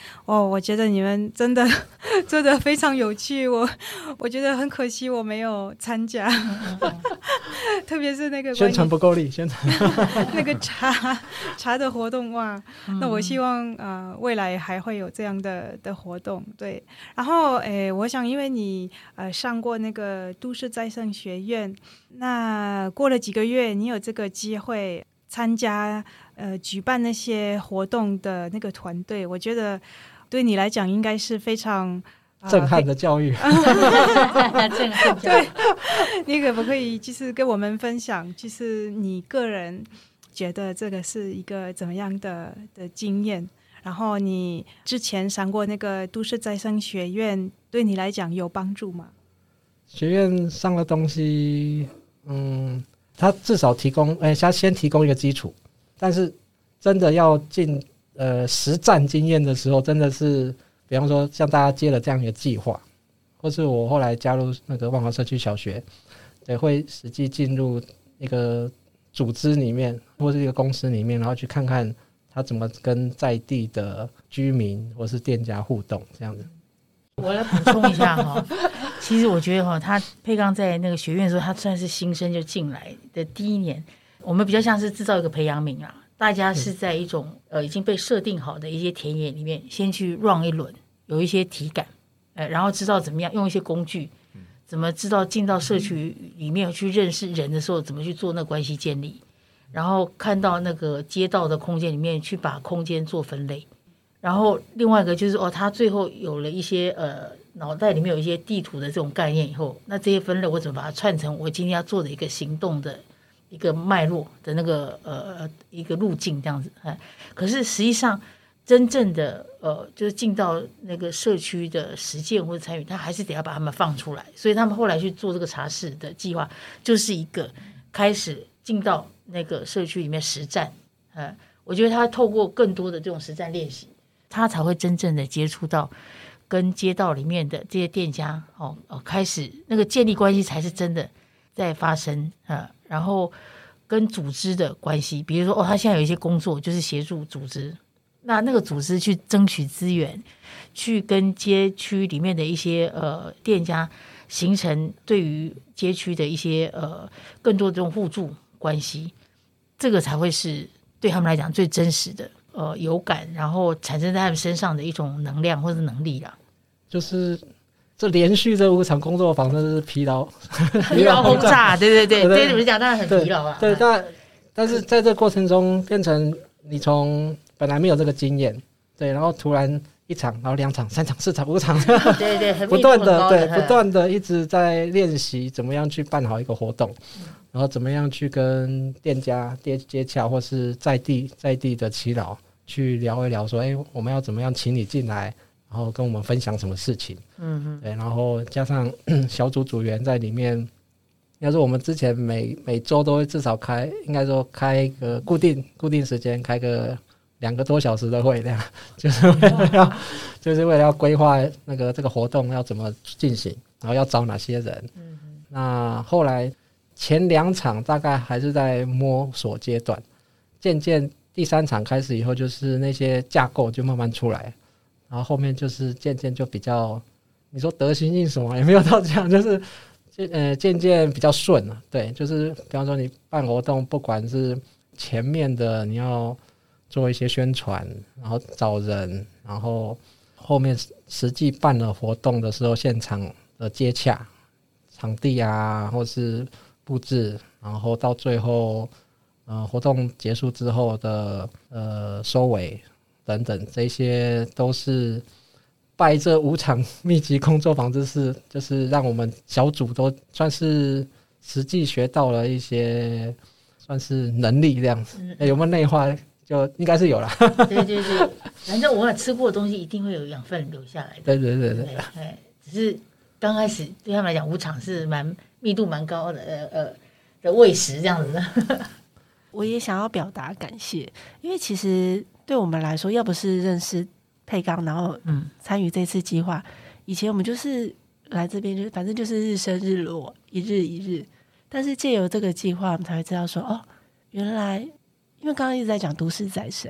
我觉得你们真的做的非常有趣，我觉得很可惜我没有参加，特别是那个
宣传不够力，宣传
那个茶的活动哇，那我希望未来还会有这样的活动，对。然后我想因为你上过那个都市再生学院，那过了几个月，你有这个机会参加举办那些活动的那个团队，我觉得对你来讲应该是非常
震撼的教育。
震撼教育。
对，你可不可以就是跟我们分享，就是你个人觉得这个是一个怎么样的经验？然后你之前上过那个都市再生学院，对你来讲有帮助吗？
学院上的东西，它至少提供，它先提供一个基础，但是真的要进实战经验的时候，真的是，比方说像大家接了这样一个计划，或是我后来加入那个万华社区小学，对，会实际进入一个组织里面，或是一个公司里面，然后去看看他怎么跟在地的居民或是店家互动，这样子。
我来补充一下哈，其实我觉得他佩刚在那个学院的时候，他算是新生就进来的第一年，我们比较像是制造一个培养皿啊，大家是在一种已经被设定好的一些田野里面，先去 run 一轮，有一些体感，然后知道怎么样用一些工具，怎么知道进到社区里面去认识人的时候，怎么去做那关系建立，然后看到那个街道的空间里面去把空间做分类。然后另外一个就是他最后有了一些脑袋里面有一些地图的这种概念以后，那这些分类我怎么把它串成我今天要做的一个行动的一个脉络的那个一个路径这样子。可是实际上真正的就是进到那个社区的实践或者参与，他还是得要把他们放出来。所以他们后来去做这个茶室的计划，就是一个开始进到那个社区里面实战。我觉得他透过更多的这种实战练习，他才会真正的接触到跟街道里面的这些店家开始那个建立关系才是真的在发生然后跟组织的关系，比如说他现在有一些工作就是协助组织，那个组织去争取资源，去跟街区里面的一些店家形成对于街区的一些更多的这种互助关系，这个才会是对他们来讲最真实的有感，然后产生在他们身上的一种能量或者能力啦。就是
这连续这5场工作坊，真的是疲劳
轰炸，对，对你们讲当然很疲劳啊。
对，但是在这过程中，变成你从本来没有这个经验，对，然后突然1场，然后2场、3场、4场、5场，
对，
不断的一直在练习怎么样去办好一个活动，然后怎么样去跟店家接洽，或是在地的耆老去聊一聊，说，我们要怎么样请你进来，然后跟我们分享什么事情，对，然后加上小组员在里面，应该说我们之前每周都会至少应该说开个固定时间，开个2个多小时的会，这样就是为了要规划这个活动要怎么进行，然后要找哪些人。那后来前2场大概还是在摸索阶段，渐渐第3场开始以后，就是那些架构就慢慢出来，然后后面就是渐渐就比较，你说得心应手也没有到这样，就是渐渐比较顺了。对，就是比方说你办活动，不管是前面的你要做一些宣传，然后找人，然后后面实际办了活动的时候，现场的接洽场地啊，或是布置，然后到最后活动结束之后的收尾等等，这些都是拜这5场密集工作坊之事，就是让我们小组都算是实际学到了一些算是能力这样子。有没有内化？就应该是有啦。
对，反正我吃过的东西一定会有养分留下来的。
对，
只是刚开始对他们来讲，5场是密度蛮高的喂食这样子的。
我也想要表达感谢，因为其实对我们来说，要不是认识佩刚，然后参与这次计划，以前我们就是来这边，反正就是日升日落，一日一日。但是借由这个计划，我们才会知道说，原来因为刚刚一直在讲都市再生，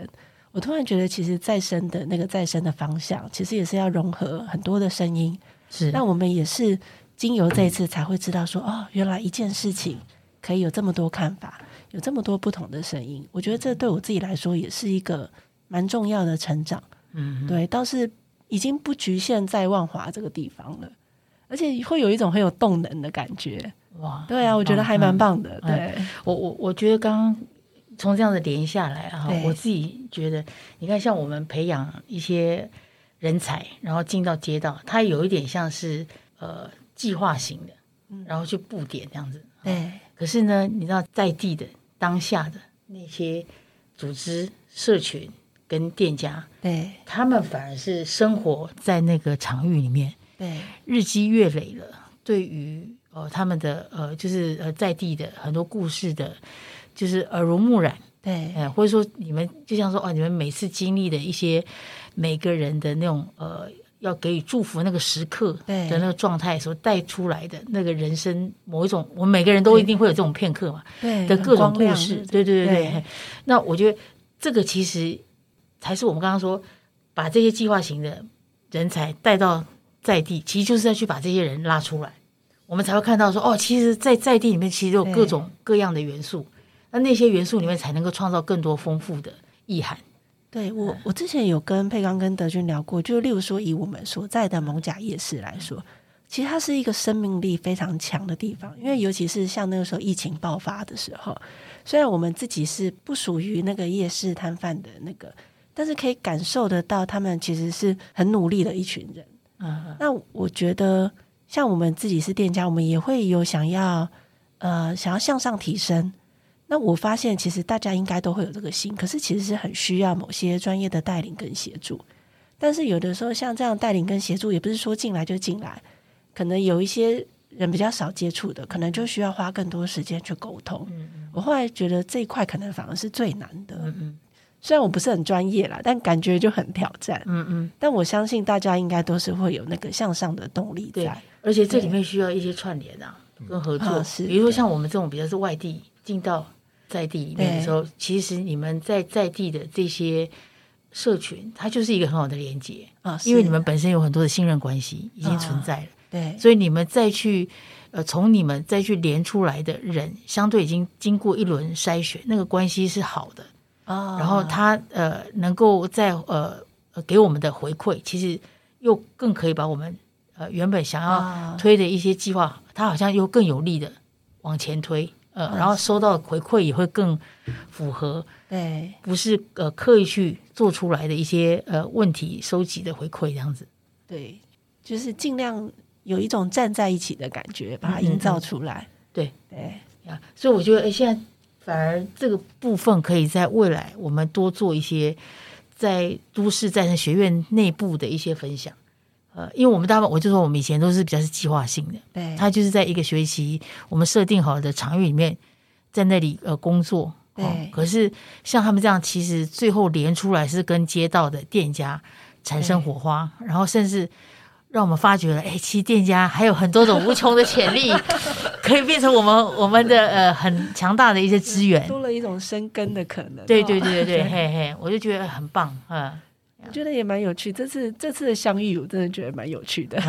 我突然觉得，其实再生的那个再生的方向，其实也是要融合很多的声音。
是，
那我们也是经由这一次才会知道说，哦，原来一件事情可以有这么多看法，有这么多不同的声音。我觉得这对我自己来说也是一个蛮重要的成长。对，倒是已经不局限在万华这个地方了，而且会有一种很有动能的感觉。
哇，
对啊，我觉得还蛮棒的。对，
我觉得刚刚从这样的连下来啊，我自己觉得，你看，像我们培养一些人才，然后进到街道，它有一点像是计划型的，然后去布点这样子。
对，
可是呢，你知道在地的当下的那些组织、社群跟店家，
对，
他们反而是生活在那个场域里面，
对，日
积月累了，对于他们的就是在地的很多故事的，就是耳濡目染。
对，
或者说你们就像说你们每次经历的一些每个人的那种要给予祝福那个时刻的那个状态所带出来的那个人生某一种，我们每个人都一定会有这种片刻嘛，
对
的各种故事，对。那我觉得这个其实才是我们刚刚说把这些计划型的人才带到在地，其实就是在去把这些人拉出来，我们才会看到说其实在地里面其实有各种各样的元素。那些元素里面才能够创造更多丰富的意涵。
对，我之前有跟佩刚跟德君聊过，就例如说以我们所在的艋舺夜市来说，其实它是一个生命力非常强的地方，因为尤其是像那个时候疫情爆发的时候，虽然我们自己是不属于那个夜市摊贩的那个，但是可以感受得到他们其实是很努力的一群人。那我觉得像我们自己是店家，我们也会有想要向上提升。那我发现其实大家应该都会有这个心，可是其实是很需要某些专业的带领跟协助。但是有的时候像这样带领跟协助，也不是说进来就进来，可能有一些人比较少接触的，可能就需要花更多时间去沟通。我后来觉得这一块可能反而是最难的。虽然我不是很专业啦，但感觉就很挑战。但我相信大家应该都是会有那个向上的动力在。
对，而且这里面需要一些串联啊，跟合作。比如说像我们这种比较是外地进到在地里面的时候，其实你们在地的这些社群，它就是一个很好的连接因为你们本身有很多的信任关系已经存在了，
对，
所以你们再去从你们再去连出来的人，相对已经经过一轮筛选，那个关系是好的然后他能够在给我们的回馈，其实又更可以把我们原本想要推的一些计划，它好像又更有力的往前推。然后收到的回馈也会更符合，
对，
不是刻意去做出来的一些问题收集的回馈这样子。
对，就是尽量有一种站在一起的感觉，把它营造出来。
对
对
呀，所以我觉得现在反而这个部分可以在未来我们多做一些在都市再生学院内部的一些分享。因为我们我就说我们以前都是比较是计划性的，
对，
他就是在一个学期我们设定好的场域里面，在那里工作，
对。
可是像他们这样，其实最后连出来是跟街道的店家产生火花，然后甚至让我们发觉了，其实店家还有很多种无穷的潜力，可以变成我们的很强大的一些资源，
多了一种生根的可能。
对，嘿嘿，我就觉得很棒
我觉得也蛮有趣，这次的相遇我真的觉得蛮有趣的。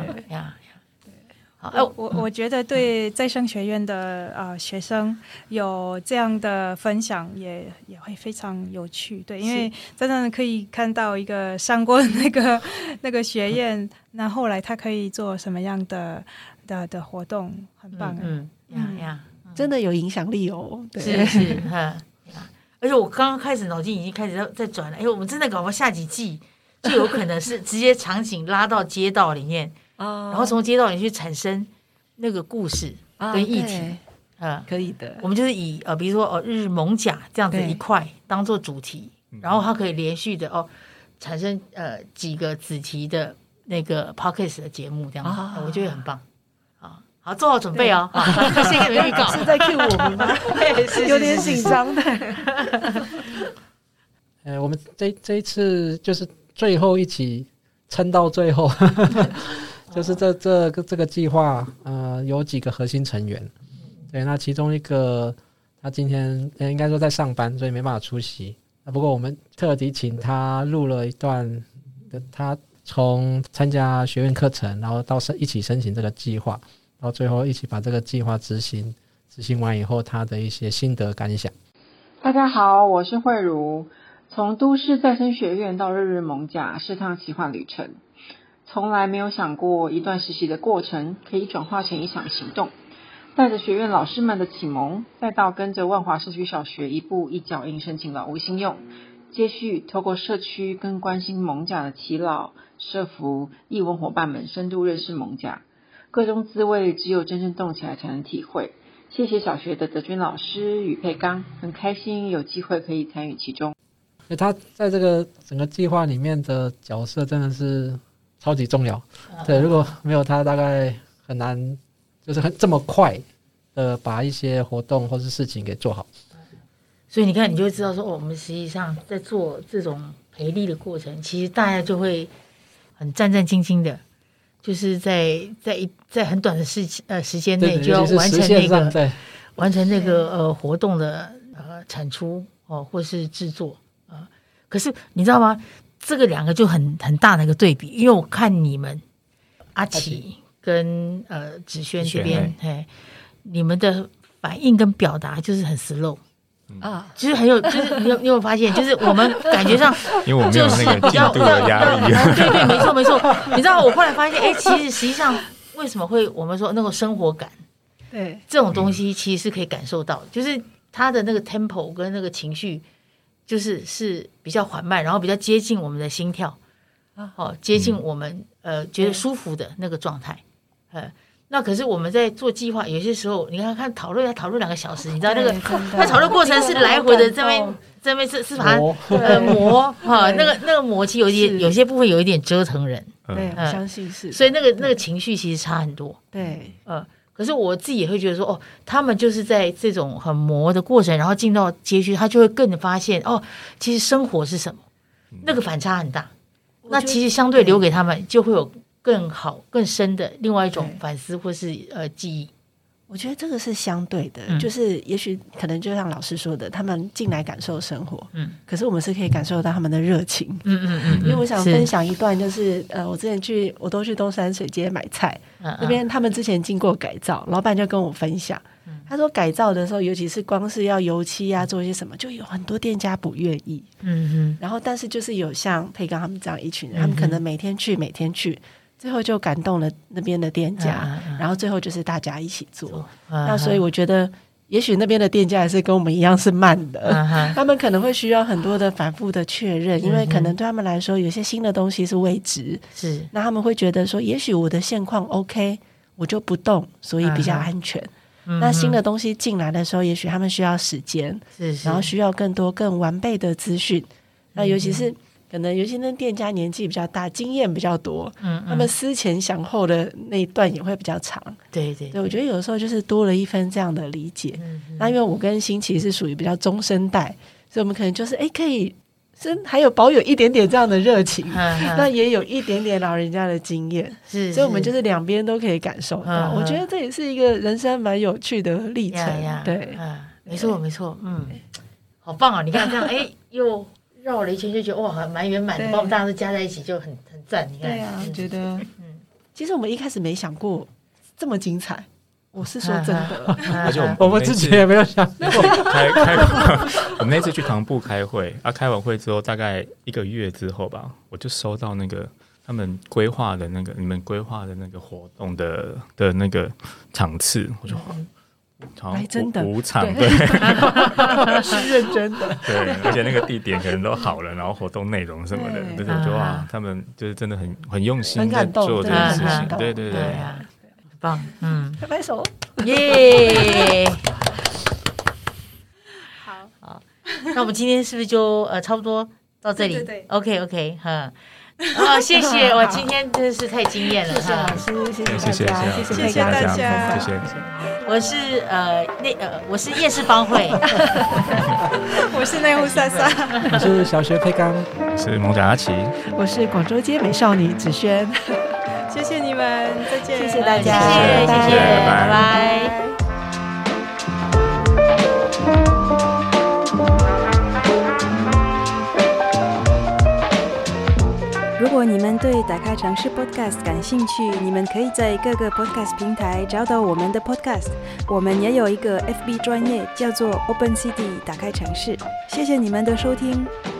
我觉得对再生学院的学生有这样的分享也会非常有趣，对，因为真的可以看到一个上过那个学院，那后来他可以做什么样的活动，很棒。
真的有影响力哦。
对是而且我刚刚开始脑筋已经开始在转了，我们真的搞不好下几季就有可能是直接场景拉到街道里面然后从街道里去产生那个故事跟议题
可以的。
我们就是以比如说日艋舺这样子一块当做主题，然后它可以连续的产生几个子题的那个 podcast 的节目这样子我觉得很棒。好，做好准备哦。先给你们预告，
是在 cue 我们吗？有点紧张的。
我们这一次就是最后一起撑到最后，就是这个计划有几个核心成员。对，那其中一个他今天应该说在上班，所以没办法出席。 不过我们特地请他录了一段他从参加学院课程，然后到一起申请这个计划，到最后一起把这个计划执行完以后他的一些心得感想。
大家好，我是慧茹。从都市再生学院到日日蒙甲是趟奇幻旅程，从来没有想过一段实习的过程可以转化成一场行动，带着学院老师们的启蒙，再到跟着万华社区小学一步一脚印申请了无薪用，接续透过社区跟关心蒙甲的耆老、社福、艺文伙伴们深度认识蒙甲，各种滋味只有真正动起来才能体会。谢谢小学的德君老师与佩刚，很开心有机会可以参与其中。
他在这个整个计划里面的角色真的是超级重要，对，如果没有他，大概很难就是这么快的把一些活动或是事情给做好。
所以你看，你就会知道说，我们实际上在做这种培力的过程，其实大家就会很战战兢兢的，就是在很短的时间内就要完成那个活动的产出或是制作可是你知道吗？这个两个就很大的一个对比，因为我看你们阿奇跟芷萱这边，你们的反应跟表达就是很 slow。就是很有，就是你有发现，就是我们感觉上，
因为我没有那个进度的压力。
对，没错。你知道，我后来发现，其实实际上为什么会我们说那个生活感，
对
这种东西其实是可以感受到的，就是它的那个 tempo 跟那个情绪，是比较缓慢，然后比较接近我们的心跳，接近我们觉得舒服的那个状态，那可是我们在做计划，有些时候你看讨论2个小时，你知道那个那讨论过程是来回的这边是把它磨那个磨其实有些部分有一点折腾人，
对，我相信是，
所以那个情绪其实差很多，
对，
可是我自己也会觉得说，他们就是在这种很磨的过程，然后进到街区，他就会更发现其实生活是什么，那个反差很大，那其实相对留给他们就会有更好更深的另外一种反思或是记忆。
我觉得这个是相对的，就是也许可能就像老师说的，他们进来感受生活，可是我们是可以感受到他们的热情，因为我想分享一段，就是我之前我都去东山水街买菜，那边他们之前经过改造，老板就跟我分享，他说改造的时候，尤其是光是要油漆啊，做一些什么，就有很多店家不愿意，然后但是就是有像佩刚他们这样一群人，他们可能每天去。最后就感动了那边的店家，然后最后就是大家一起做。那所以我觉得，也许那边的店家也是跟我们一样是慢的，他们可能会需要很多的反复的确认，因为可能对他们来说，有些新的东西是未知，
是
那他们会觉得说，也许我的现况 OK， 我就不动，所以比较安全。那新的东西进来的时候，也许他们需要时间，然后需要更多更完备的资讯。那尤其是可能有些那店家年纪比较大，经验比较多，他们思前想后的那一段也会比较长。
对，
我觉得有的时候就是多了一分这样的理解。那因为我跟新奇是属于比较中生代，所以我们可能就是可以还有保有一点点这样的热情，那也有一点点老人家的经验，所以我们就是两边都可以感受到。我觉得这也是一个人生蛮有趣的历程。对，
没错，好棒啊！你看这样，又绕了一圈，就觉得哇，蛮圆满的，把我们大家都加在一起，就很赞。你看，
对啊，我觉得，其实我们一开始没想过这么精彩。我是说真的，
而且
我们自己也没有想过。
我们那次去唐埠开会开完会之后，大概1个月之后吧，我就收到那个他们规划的那个你们规划的那个活动的那个场次，我就。
真的
5场，对，
是认真的，
对，而且那个地点可能都好了，然后活动内容什么的，对，我觉得哇，他们就是真的很用心在做这件事情，对，
很棒，
拍拍手，
耶！好，那我们今天是不是就差不多到这里？对 ，OK， 哈。谢谢，我今天真的是太惊艳了，
谢谢老师，谢谢大家，
谢谢大家，
谢谢。
我是夜市帮会，
我是内湖莎莎，
我是小学佩刚，
我是蒙甲阿奇，
我是广州街美少女芷萱，
谢谢你们，再见，
谢谢大家，
谢谢，拜拜。
如果你们对打开城市 Podcast 感兴趣，你们可以在各个 Podcast 平台找到我们的 Podcast。我们也有一个 FB 专页叫做 Open City 打开城市。谢谢你们的收听。